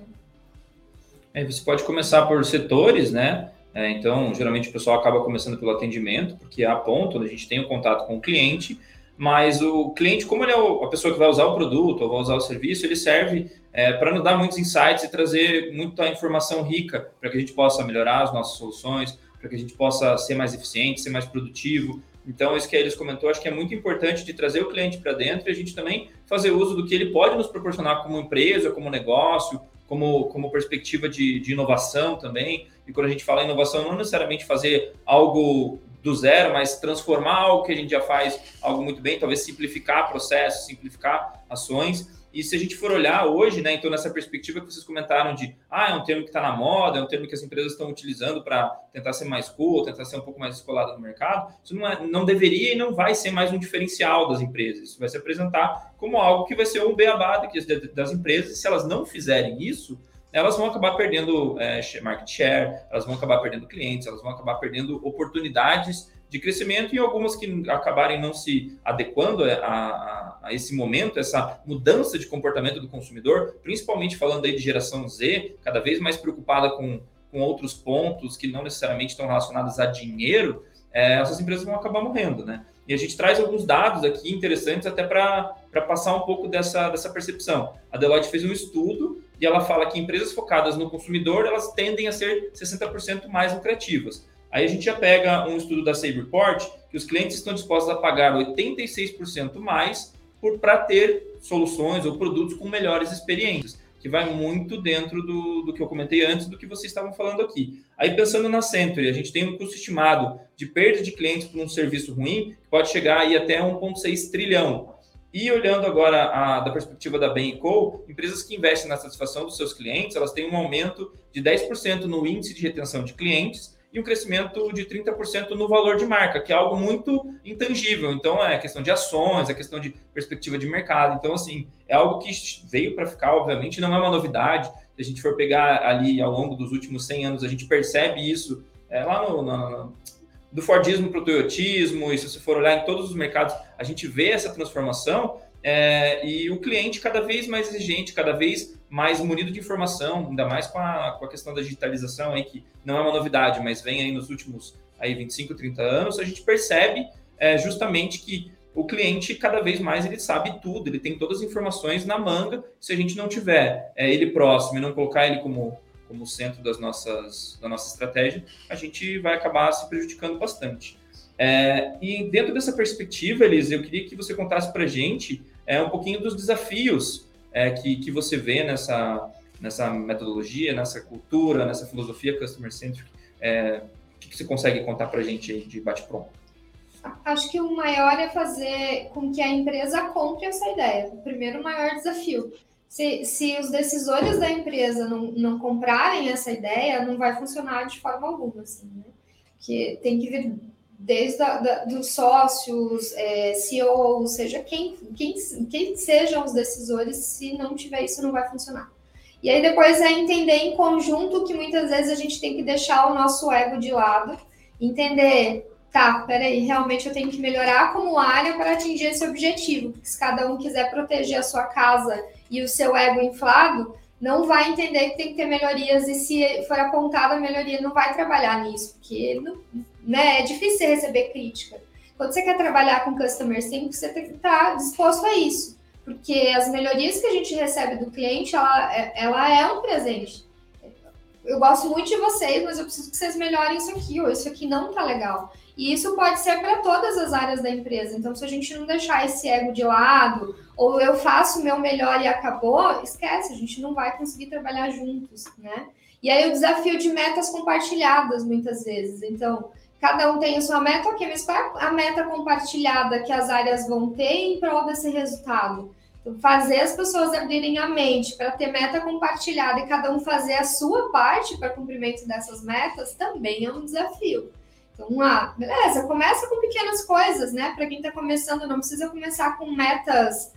né? Você pode começar por setores, né? Então, geralmente o pessoal acaba começando pelo atendimento, porque é a ponta onde a gente tem o contato com o cliente, mas o cliente, como ele é a pessoa que vai usar o produto ou vai usar o serviço, ele serve para nos dar muitos insights e trazer muita informação rica para que a gente possa melhorar as nossas soluções, para que a gente possa ser mais eficiente, ser mais produtivo. Então, isso que a Elis comentou, acho que é muito importante de trazer o cliente para dentro e a gente também fazer uso do que ele pode nos proporcionar como empresa, como negócio, como perspectiva de inovação também. E quando a gente fala em inovação, não necessariamente fazer algo do zero, mas transformar algo que a gente já faz algo muito bem, talvez simplificar processos, simplificar ações. E se a gente for olhar hoje, né, então nessa perspectiva que vocês comentaram de é um termo que está na moda, é um termo que as empresas estão utilizando para tentar ser mais cool, tentar ser um pouco mais descolado no mercado, isso não deveria e não vai ser mais um diferencial das empresas. Isso vai se apresentar como algo que vai ser um beabá das empresas, e se elas não fizerem isso, elas vão acabar perdendo market share, elas vão acabar perdendo clientes, elas vão acabar perdendo oportunidades de crescimento e algumas que acabarem não se adequando a esse momento, essa mudança de comportamento do consumidor, principalmente falando aí de geração Z, cada vez mais preocupada com outros pontos que não necessariamente estão relacionados a dinheiro, essas empresas vão acabar morrendo, né? E a gente traz alguns dados aqui interessantes até para passar um pouco dessa percepção. A Deloitte fez um estudo e ela fala que empresas focadas no consumidor, elas tendem a ser 60% mais lucrativas. Aí a gente já pega um estudo da Save Report, que os clientes estão dispostos a pagar 86% mais para ter soluções ou produtos com melhores experiências, que vai muito dentro do que eu comentei antes, do que vocês estavam falando aqui. Aí pensando na Century, a gente tem um custo estimado de perda de clientes por um serviço ruim, que pode chegar aí até 1,6 trilhão. E olhando agora da perspectiva da Bain & Co, empresas que investem na satisfação dos seus clientes, elas têm um aumento de 10% no índice de retenção de clientes e um crescimento de 30% no valor de marca, que é algo muito intangível. Então, é questão de ações, é questão de perspectiva de mercado. Então, assim, é algo que veio para ficar, obviamente, não é uma novidade. Se a gente for pegar ali ao longo dos últimos 100 anos, a gente percebe isso lá do Fordismo para o Toyotismo, e se você for olhar em todos os mercados, a gente vê essa transformação e o cliente cada vez mais exigente, cada vez mais munido de informação, ainda mais com a questão da digitalização, aí, que não é uma novidade, mas vem aí nos últimos 25, 30 anos, a gente percebe justamente que o cliente cada vez mais ele sabe tudo, ele tem todas as informações na manga. Se a gente não tiver ele próximo e não colocar ele como centro da nossa estratégia, a gente vai acabar se prejudicando bastante. E dentro dessa perspectiva, Elis, eu queria que você contasse para a gente um pouquinho dos desafios que você vê nessa metodologia, nessa cultura, nessa filosofia customer-centric. O que você consegue contar para a gente aí de bate-pronto? Acho que o maior é fazer com que a empresa compre essa ideia. O primeiro maior desafio. Se os decisores da empresa não comprarem essa ideia, não vai funcionar de forma alguma, assim, né? Porque tem que vir desde dos sócios, CEOs, seja quem sejam os decisores, se não tiver isso, não vai funcionar. E aí depois entender em conjunto que muitas vezes a gente tem que deixar o nosso ego de lado, entender, tá, peraí, realmente eu tenho que melhorar como área para atingir esse objetivo, porque se cada um quiser proteger a sua casa e o seu ego inflado, não vai entender que tem que ter melhorias, e se for apontada a melhoria, não vai trabalhar nisso, porque é difícil você receber crítica. Quando você quer trabalhar com Customer Centric, você tem que estar disposto a isso, porque as melhorias que a gente recebe do cliente, ela é um presente. Eu gosto muito de vocês, mas eu preciso que vocês melhorem isso aqui, ou isso aqui não tá legal. E isso pode ser para todas as áreas da empresa. Então, se a gente não deixar esse ego de lado, ou eu faço o meu melhor e acabou, esquece, a gente não vai conseguir trabalhar juntos, né? E aí o desafio de metas compartilhadas, muitas vezes. Então, cada um tem a sua meta, ok, mas qual é a meta compartilhada que as áreas vão ter em prol desse resultado? Então, fazer as pessoas abrirem a mente para ter meta compartilhada e cada um fazer a sua parte para cumprimento dessas metas também é um desafio. Então, beleza, começa com pequenas coisas, né? Para quem está começando, não precisa começar com metas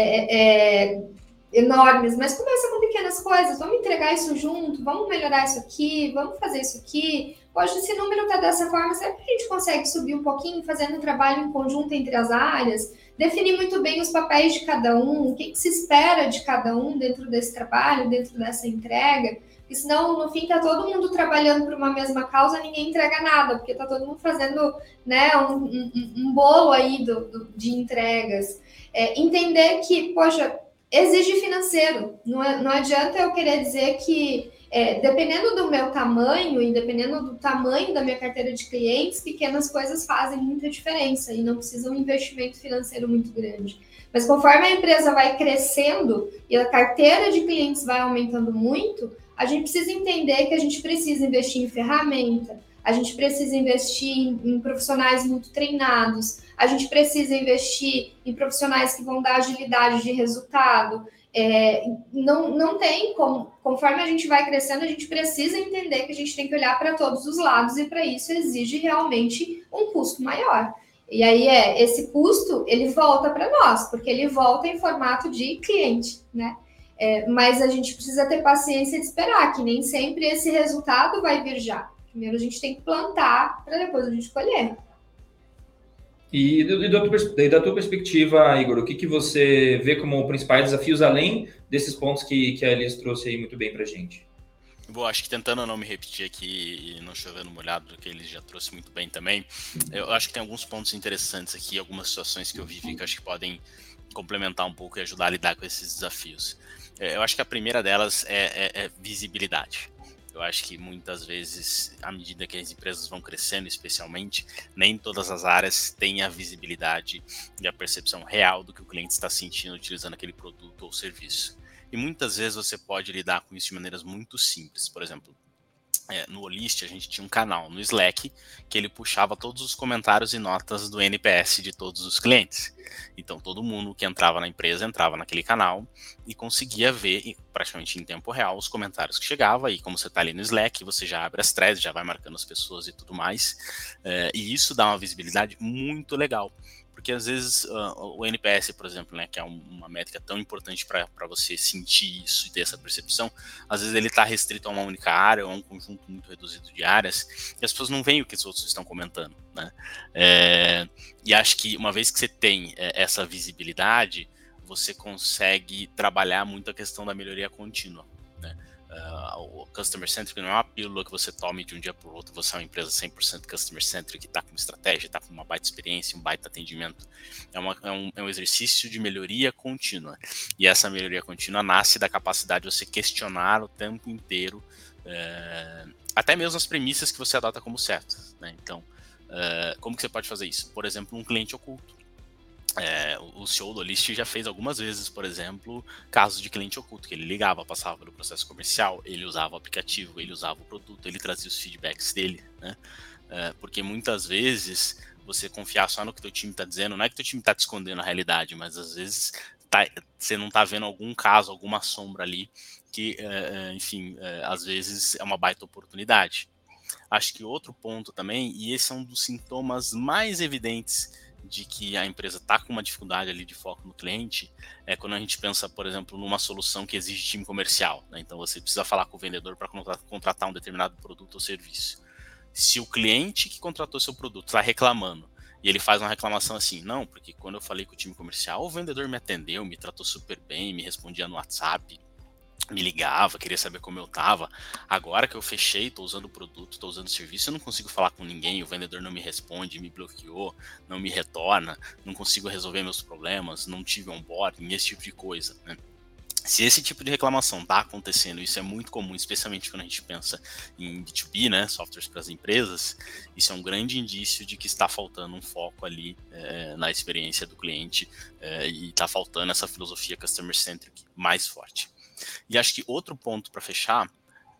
enormes, mas começa com pequenas coisas. Vamos entregar isso junto, vamos melhorar isso aqui, vamos fazer isso aqui. Hoje, esse número está dessa forma, será que a gente consegue subir um pouquinho, fazendo um trabalho em conjunto entre as áreas? Definir muito bem os papéis de cada um, o que se espera de cada um dentro desse trabalho, dentro dessa entrega. Porque senão, no fim, tá todo mundo trabalhando por uma mesma causa, ninguém entrega nada, porque tá todo mundo fazendo, né, um bolo aí de entregas. Entender que, poxa, exige financeiro. Não adianta eu querer dizer que, dependendo do meu tamanho e dependendo do tamanho da minha carteira de clientes, pequenas coisas fazem muita diferença e não precisam de um investimento financeiro muito grande. Mas conforme a empresa vai crescendo e a carteira de clientes vai aumentando muito, a gente precisa entender que a gente precisa investir em ferramenta, a gente precisa investir em profissionais muito treinados, a gente precisa investir em profissionais que vão dar agilidade de resultado. Não tem como, conforme a gente vai crescendo, a gente precisa entender que a gente tem que olhar para todos os lados e para isso exige realmente um custo maior. E aí esse custo, ele volta para nós, porque ele volta em formato de cliente, né? Mas a gente precisa ter paciência de esperar, que nem sempre esse resultado vai vir já. Primeiro a gente tem que plantar para depois a gente colher. E da tua perspectiva, Igor, o que você vê como principais desafios, além desses pontos que a Elis trouxe aí muito bem para a gente? Bom, acho que tentando não me repetir aqui e não chovendo molhado, do que ele já trouxe muito bem também, eu acho que tem alguns pontos interessantes aqui, algumas situações que eu vivi que eu acho que podem complementar um pouco e ajudar a lidar com esses desafios. Eu acho que a primeira delas é visibilidade. Eu acho que muitas vezes, à medida que as empresas vão crescendo, especialmente, nem todas as áreas têm a visibilidade e a percepção real do que o cliente está sentindo utilizando aquele produto ou serviço. E muitas vezes você pode lidar com isso de maneiras muito simples. Por exemplo, no Olist, a gente tinha um canal no Slack que ele puxava todos os comentários e notas do NPS de todos os clientes. Então, todo mundo que entrava na empresa entrava naquele canal e conseguia ver praticamente em tempo real os comentários que chegavam. E como você está ali no Slack, você já abre as threads, já vai marcando as pessoas e tudo mais. E isso dá uma visibilidade muito legal. Porque às vezes o NPS, por exemplo, né, que é uma métrica tão importante para você sentir isso e ter essa percepção, às vezes ele está restrito a uma única área ou a um conjunto muito reduzido de áreas e as pessoas não veem o que os outros estão comentando, né? E acho que uma vez que você tem essa visibilidade, você consegue trabalhar muito a questão da melhoria contínua, né? O Customer Centric não é uma pílula que você tome de um dia para o outro. Você é uma empresa 100% Customer Centric, que está com estratégia, está com uma baita experiência, um baita atendimento. É um exercício de melhoria contínua. E essa melhoria contínua nasce da capacidade de você questionar o tempo inteiro, até mesmo as premissas que você adota como certas, né? Então, como que você pode fazer isso? Por exemplo, um cliente oculto. O CEO do Olist já fez algumas vezes, por exemplo, casos de cliente oculto, que ele ligava, passava pelo processo comercial, ele usava o aplicativo, ele usava o produto, ele trazia os feedbacks dele, né? Porque muitas vezes você confiar só no que teu time está dizendo, não é que teu time está te escondendo a realidade, mas às vezes você não está vendo algum caso, alguma sombra ali, que, enfim, às vezes é uma baita oportunidade. Acho que outro ponto também, e esse é um dos sintomas mais evidentes de que a empresa está com uma dificuldade ali de foco no cliente, é quando a gente pensa, por exemplo, numa solução que exige time comercial, né? Então você precisa falar com o vendedor para contratar um determinado produto ou serviço. Se o cliente que contratou seu produto está reclamando e ele faz uma reclamação assim, não, porque quando eu falei com o time comercial, o vendedor me atendeu, me tratou super bem, me respondia no WhatsApp, me ligava, queria saber como eu tava. Agora que eu fechei, estou usando o produto, estou usando o serviço, eu não consigo falar com ninguém, o vendedor não me responde, me bloqueou, não me retorna, não consigo resolver meus problemas, não tive onboarding, esse tipo de coisa, né? Se esse tipo de reclamação está acontecendo, isso é muito comum, especialmente quando a gente pensa em B2B, né, softwares para as empresas, isso é um grande indício de que está faltando um foco ali na experiência do cliente e está faltando essa filosofia customer-centric mais forte. E acho que outro ponto para fechar,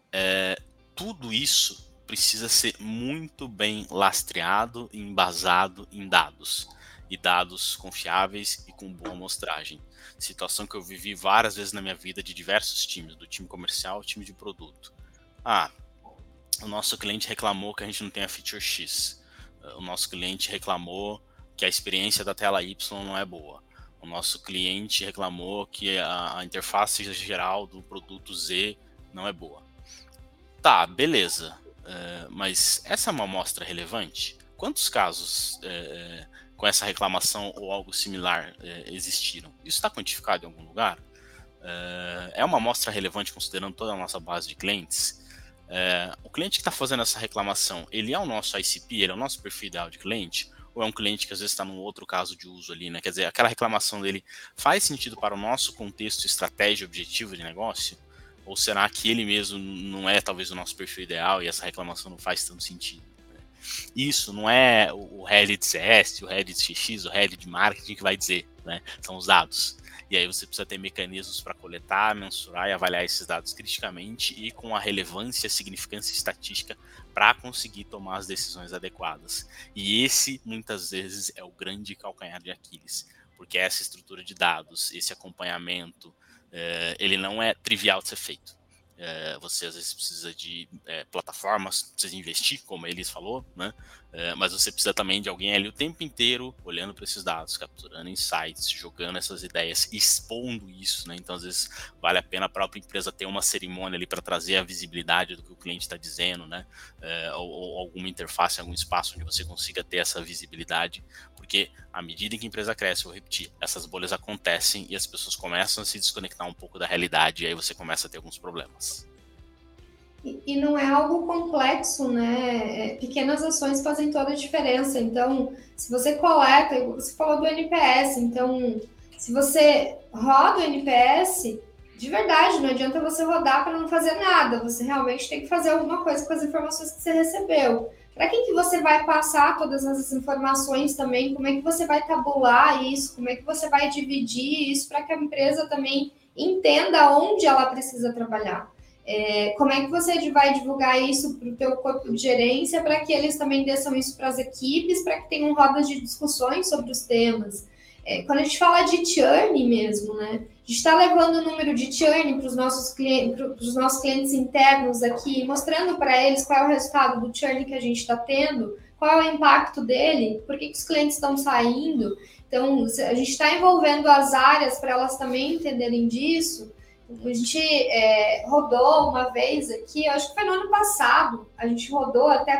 tudo isso precisa ser muito bem lastreado e embasado em dados. E dados confiáveis e com boa amostragem. Situação que eu vivi várias vezes na minha vida de diversos times, do time comercial ao time de produto. O nosso cliente reclamou que a gente não tem a feature X. O nosso cliente reclamou que a experiência da tela Y não é boa. O nosso cliente reclamou que a interface geral do produto Z não é boa. Tá, beleza. Mas essa é uma amostra relevante? Quantos casos com essa reclamação ou algo similar existiram? Isso está quantificado em algum lugar? É uma amostra relevante considerando toda a nossa base de clientes? O cliente que está fazendo essa reclamação, ele é o nosso ICP, ele é o nosso perfil ideal de cliente? Ou é um cliente que às vezes está num outro caso de uso ali, né? Quer dizer, aquela reclamação dele faz sentido para o nosso contexto, estratégia, objetivo de negócio? Ou será que ele mesmo não é talvez o nosso perfil ideal e essa reclamação não faz tanto sentido? Isso não é o Reddit CS, o Reddit XX, o Reddit Marketing que vai dizer, né? São os dados. E aí você precisa ter mecanismos para coletar, mensurar e avaliar esses dados criticamente e com a relevância, significância estatística para conseguir tomar as decisões adequadas. E esse, muitas vezes, é o grande calcanhar de Aquiles, porque essa estrutura de dados, esse acompanhamento, ele não é trivial de ser feito. Você às vezes precisa de plataformas, precisa investir, como a Elis falou, né? Mas você precisa também de alguém ali o tempo inteiro olhando para esses dados, capturando insights, jogando essas ideias, expondo isso, né? Então às vezes vale a pena a própria empresa ter uma cerimônia ali para trazer a visibilidade do que o cliente está dizendo, né? Ou alguma interface, algum espaço onde você consiga ter essa visibilidade, porque à medida em que a empresa cresce, vou repetir, essas bolhas acontecem e as pessoas começam a se desconectar um pouco da realidade e aí você começa a ter alguns problemas. E não é algo complexo, né? Pequenas ações fazem toda a diferença. Então, se você coleta, você falou do NPS, então, se você roda o NPS, de verdade, não adianta você rodar para não fazer nada. Você realmente tem que fazer alguma coisa com as informações que você recebeu. Para quem que você vai passar todas essas informações também? Como é que você vai tabular isso? Como é que você vai dividir isso para que a empresa também entenda onde ela precisa trabalhar? Como é que você vai divulgar isso para o teu corpo de gerência para que eles também desçam isso para as equipes, para que tenham rodas de discussões sobre os temas? Quando a gente fala de churn mesmo, né? A gente está levando o número de churn para os nossos clientes internos aqui, mostrando para eles qual é o resultado do churn que a gente está tendo, qual é o impacto dele, por que os clientes estão saindo. Então, a gente está envolvendo as áreas para elas também entenderem disso. A gente rodou uma vez aqui, acho que foi no ano passado, a gente rodou até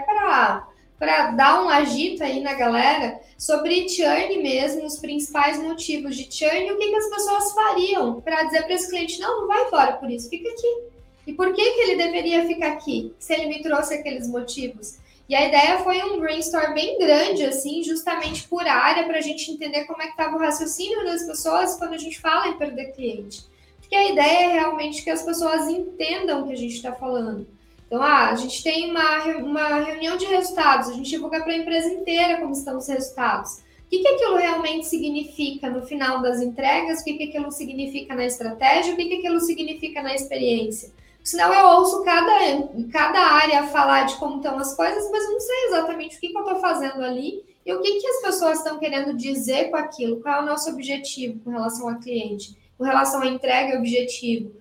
para dar um agito aí na galera sobre churn mesmo, os principais motivos de churn e o que as pessoas fariam para dizer para esse cliente, não vai embora por isso, fica aqui. E por que ele deveria ficar aqui, se ele me trouxe aqueles motivos? E a ideia foi um brainstorm bem grande, assim, justamente por área, para a gente entender como é que estava o raciocínio das pessoas quando a gente fala em perder cliente. Porque a ideia é realmente que as pessoas entendam o que a gente está falando. Então, a gente tem uma reunião de resultados, a gente divulga para a empresa inteira como estão os resultados. O que aquilo realmente significa no final das entregas, o que aquilo significa na estratégia, o que aquilo significa na experiência. Senão eu ouço cada área falar de como estão as coisas, mas eu não sei exatamente o que eu estou fazendo ali e o que as pessoas estão querendo dizer com aquilo, qual é o nosso objetivo com relação ao cliente, com relação à entrega e objetivo.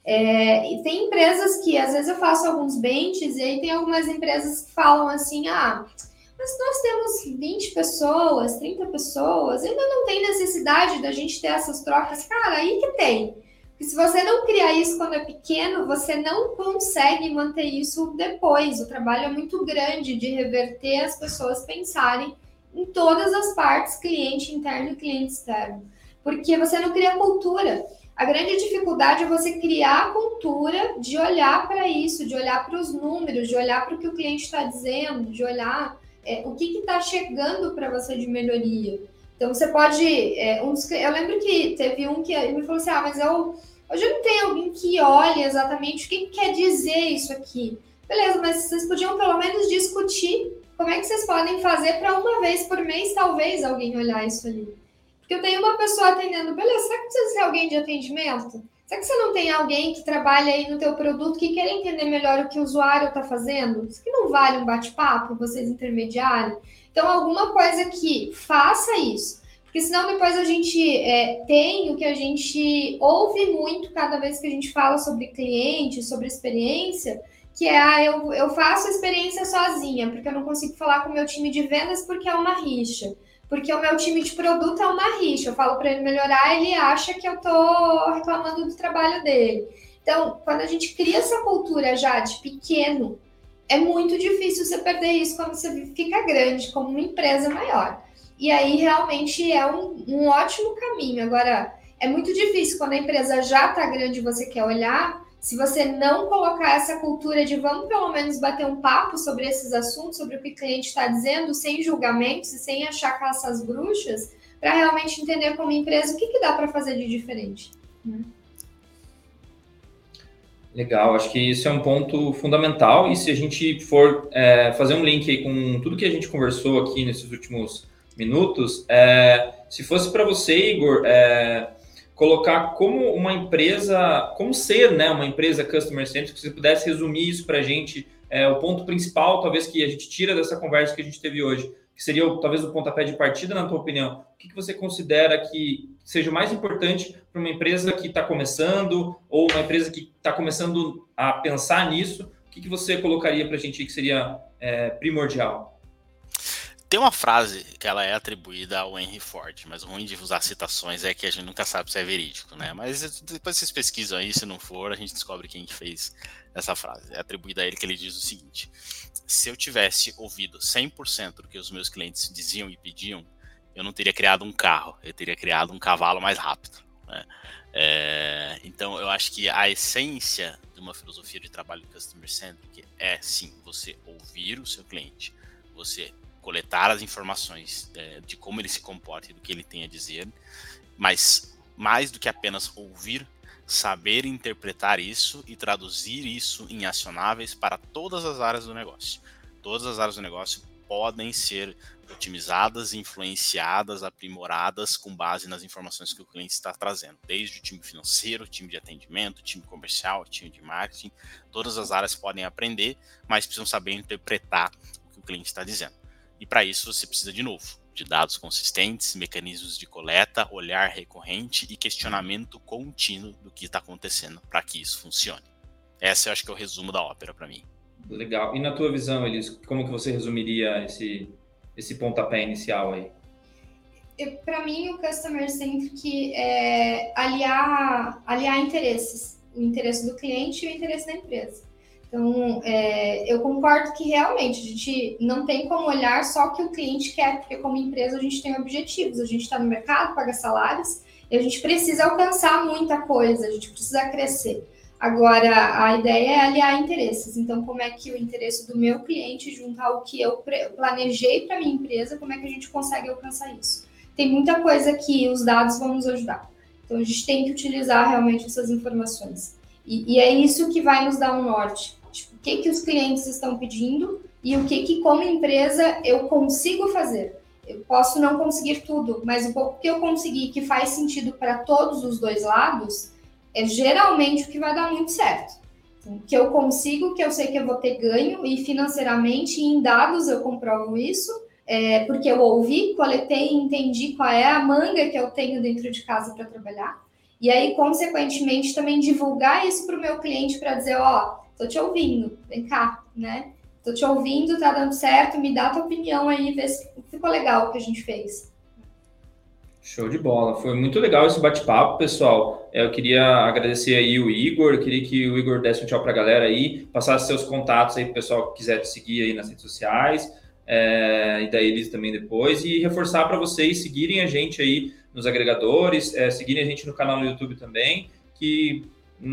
E tem empresas que, às vezes eu faço alguns benches e aí tem algumas empresas que falam assim, mas nós temos 20 pessoas, 30 pessoas, ainda não tem necessidade da gente ter essas trocas. Cara, aí que tem. Porque se você não criar isso quando é pequeno, você não consegue manter isso depois. O trabalho é muito grande de reverter as pessoas pensarem em todas as partes, cliente interno e cliente externo. Porque você não cria cultura. A grande dificuldade é você criar a cultura de olhar para isso, de olhar para os números, de olhar para o que o cliente está dizendo, de olhar o que está chegando para você de melhoria. Então, você pode... eu lembro que teve um que me falou assim, mas hoje não tem alguém que olhe exatamente o que quer dizer isso aqui. Beleza, mas vocês podiam pelo menos discutir como é que vocês podem fazer para uma vez por mês, talvez, alguém olhar isso ali. Porque eu tenho uma pessoa atendendo, beleza, será que precisa ser alguém de atendimento? Será que você não tem alguém que trabalha aí no teu produto que quer entender melhor o que o usuário está fazendo? Isso que não vale um bate-papo, vocês intermediários? Então, alguma coisa que faça isso. Porque senão depois a gente tem o que a gente ouve muito cada vez que a gente fala sobre cliente, sobre experiência, que é, eu faço a experiência sozinha, porque eu não consigo falar com o meu time de vendas porque é uma rixa. Porque o meu time de produto é uma rixa. Eu falo para ele melhorar, ele acha que eu estou reclamando do trabalho dele. Então, quando a gente cria essa cultura já de pequeno, é muito difícil você perder isso quando você fica grande, como uma empresa maior. E aí, realmente, é um ótimo caminho. Agora, é muito difícil quando a empresa já está grande e você quer olhar, se você não colocar essa cultura de vamos pelo menos bater um papo sobre esses assuntos, sobre o que o cliente está dizendo, sem julgamentos e sem achar caças bruxas, para realmente entender como empresa o que dá para fazer de diferente. Legal, acho que isso é um ponto fundamental, e se a gente for fazer um link aí com tudo que a gente conversou aqui nesses últimos minutos, se fosse para você, Igor, colocar como uma empresa, como ser, né, uma empresa customer centric, se você pudesse resumir isso para a gente, o ponto principal, talvez, que a gente tira dessa conversa que a gente teve hoje, que seria talvez o pontapé de partida, na tua opinião, o que você considera que seja o mais importante para uma empresa que está começando, ou uma empresa que está começando a pensar nisso, o que você colocaria para a gente que seria primordial? Tem uma frase que ela é atribuída ao Henry Ford, mas o ruim de usar citações é que a gente nunca sabe se é verídico, né? Mas depois vocês pesquisam aí, se não for, a gente descobre quem que fez essa frase. É atribuída a ele que ele diz o seguinte: se eu tivesse ouvido 100% do que os meus clientes diziam e pediam, eu não teria criado um carro, eu teria criado um cavalo mais rápido, né? Então eu acho que a essência de uma filosofia de trabalho customer centric é sim você ouvir o seu cliente, você coletar as informações de como ele se comporta e do que ele tem a dizer, mas mais do que apenas ouvir, saber interpretar isso e traduzir isso em acionáveis para todas as áreas do negócio. Todas as áreas do negócio podem ser otimizadas, influenciadas, aprimoradas com base nas informações que o cliente está trazendo, desde o time financeiro, time de atendimento, time comercial, time de marketing, todas as áreas podem aprender, mas precisam saber interpretar o que o cliente está dizendo. E para isso você precisa, de novo, de dados consistentes, mecanismos de coleta, olhar recorrente e questionamento contínuo do que está acontecendo para que isso funcione. Esse eu acho que é o resumo da ópera para mim. Legal. E na tua visão, Elis, como que você resumiria esse pontapé inicial aí? Para mim, o Customer Centric é aliar interesses. O interesse do cliente e o interesse da empresa. Então, eu concordo que realmente a gente não tem como olhar só o que o cliente quer, porque como empresa a gente tem objetivos, a gente está no mercado, paga salários, e a gente precisa alcançar muita coisa, a gente precisa crescer. Agora, a ideia é aliar interesses. Então, como é que o interesse do meu cliente juntar o que eu planejei para minha empresa, como é que a gente consegue alcançar isso? Tem muita coisa que os dados vão nos ajudar. Então, a gente tem que utilizar realmente essas informações. E é isso que vai nos dar um norte. Tipo, o que os clientes estão pedindo e o que como empresa eu consigo fazer. Eu posso não conseguir tudo, mas o pouco que eu conseguir que faz sentido para todos os dois lados é geralmente o que vai dar muito certo. Então, que eu consigo, que eu sei que eu vou ter ganho e financeiramente em dados eu comprovo isso, porque eu ouvi, coletei e entendi qual é a manga que eu tenho dentro de casa para trabalhar. E aí, consequentemente, também divulgar isso para o meu cliente para dizer, tô te ouvindo, vem cá, né? Tô te ouvindo, tá dando certo, me dá tua opinião aí, vê se ficou legal o que a gente fez. Show de bola, foi muito legal esse bate-papo, pessoal. Eu queria agradecer aí o Igor, queria que o Igor desse um tchau para a galera aí, passasse seus contatos aí para o pessoal que quiser te seguir aí nas redes sociais, e da Elis também depois, e reforçar para vocês seguirem a gente aí nos agregadores, seguirem a gente no canal no YouTube também, que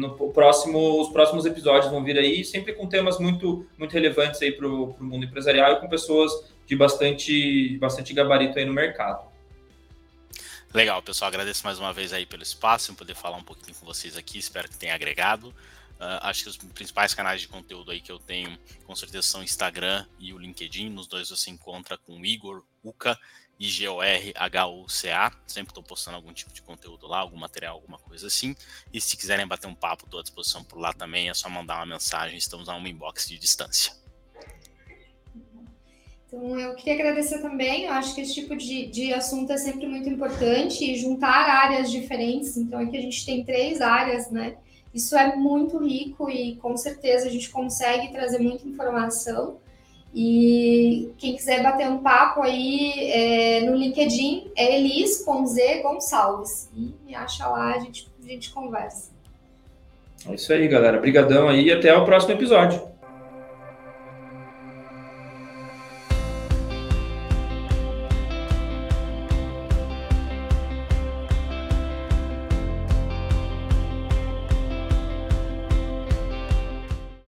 os próximos episódios vão vir aí, sempre com temas muito, muito relevantes aí para o mundo empresarial e com pessoas de bastante gabarito aí no mercado. Legal, pessoal, agradeço mais uma vez aí pelo espaço, em poder falar um pouquinho com vocês aqui, espero que tenha agregado. Acho que os principais canais de conteúdo aí que eu tenho, com certeza, são o Instagram e o LinkedIn. Nos dois você encontra com Igor Huca, IGORHUCA. Sempre estou postando algum tipo de conteúdo lá, algum material, alguma coisa assim. E se quiserem bater um papo, estou à disposição por lá também. É só mandar uma mensagem, estamos a uma inbox de distância. Então, eu queria agradecer também. Eu acho que esse tipo de assunto é sempre muito importante e juntar áreas diferentes. Então, aqui a gente tem 3 áreas, né? Isso é muito rico e com certeza a gente consegue trazer muita informação. E quem quiser bater um papo aí no LinkedIn é Elis com Z Gonçalves. E me acha lá, a gente conversa. É isso aí, galera. Obrigadão aí e até o próximo episódio.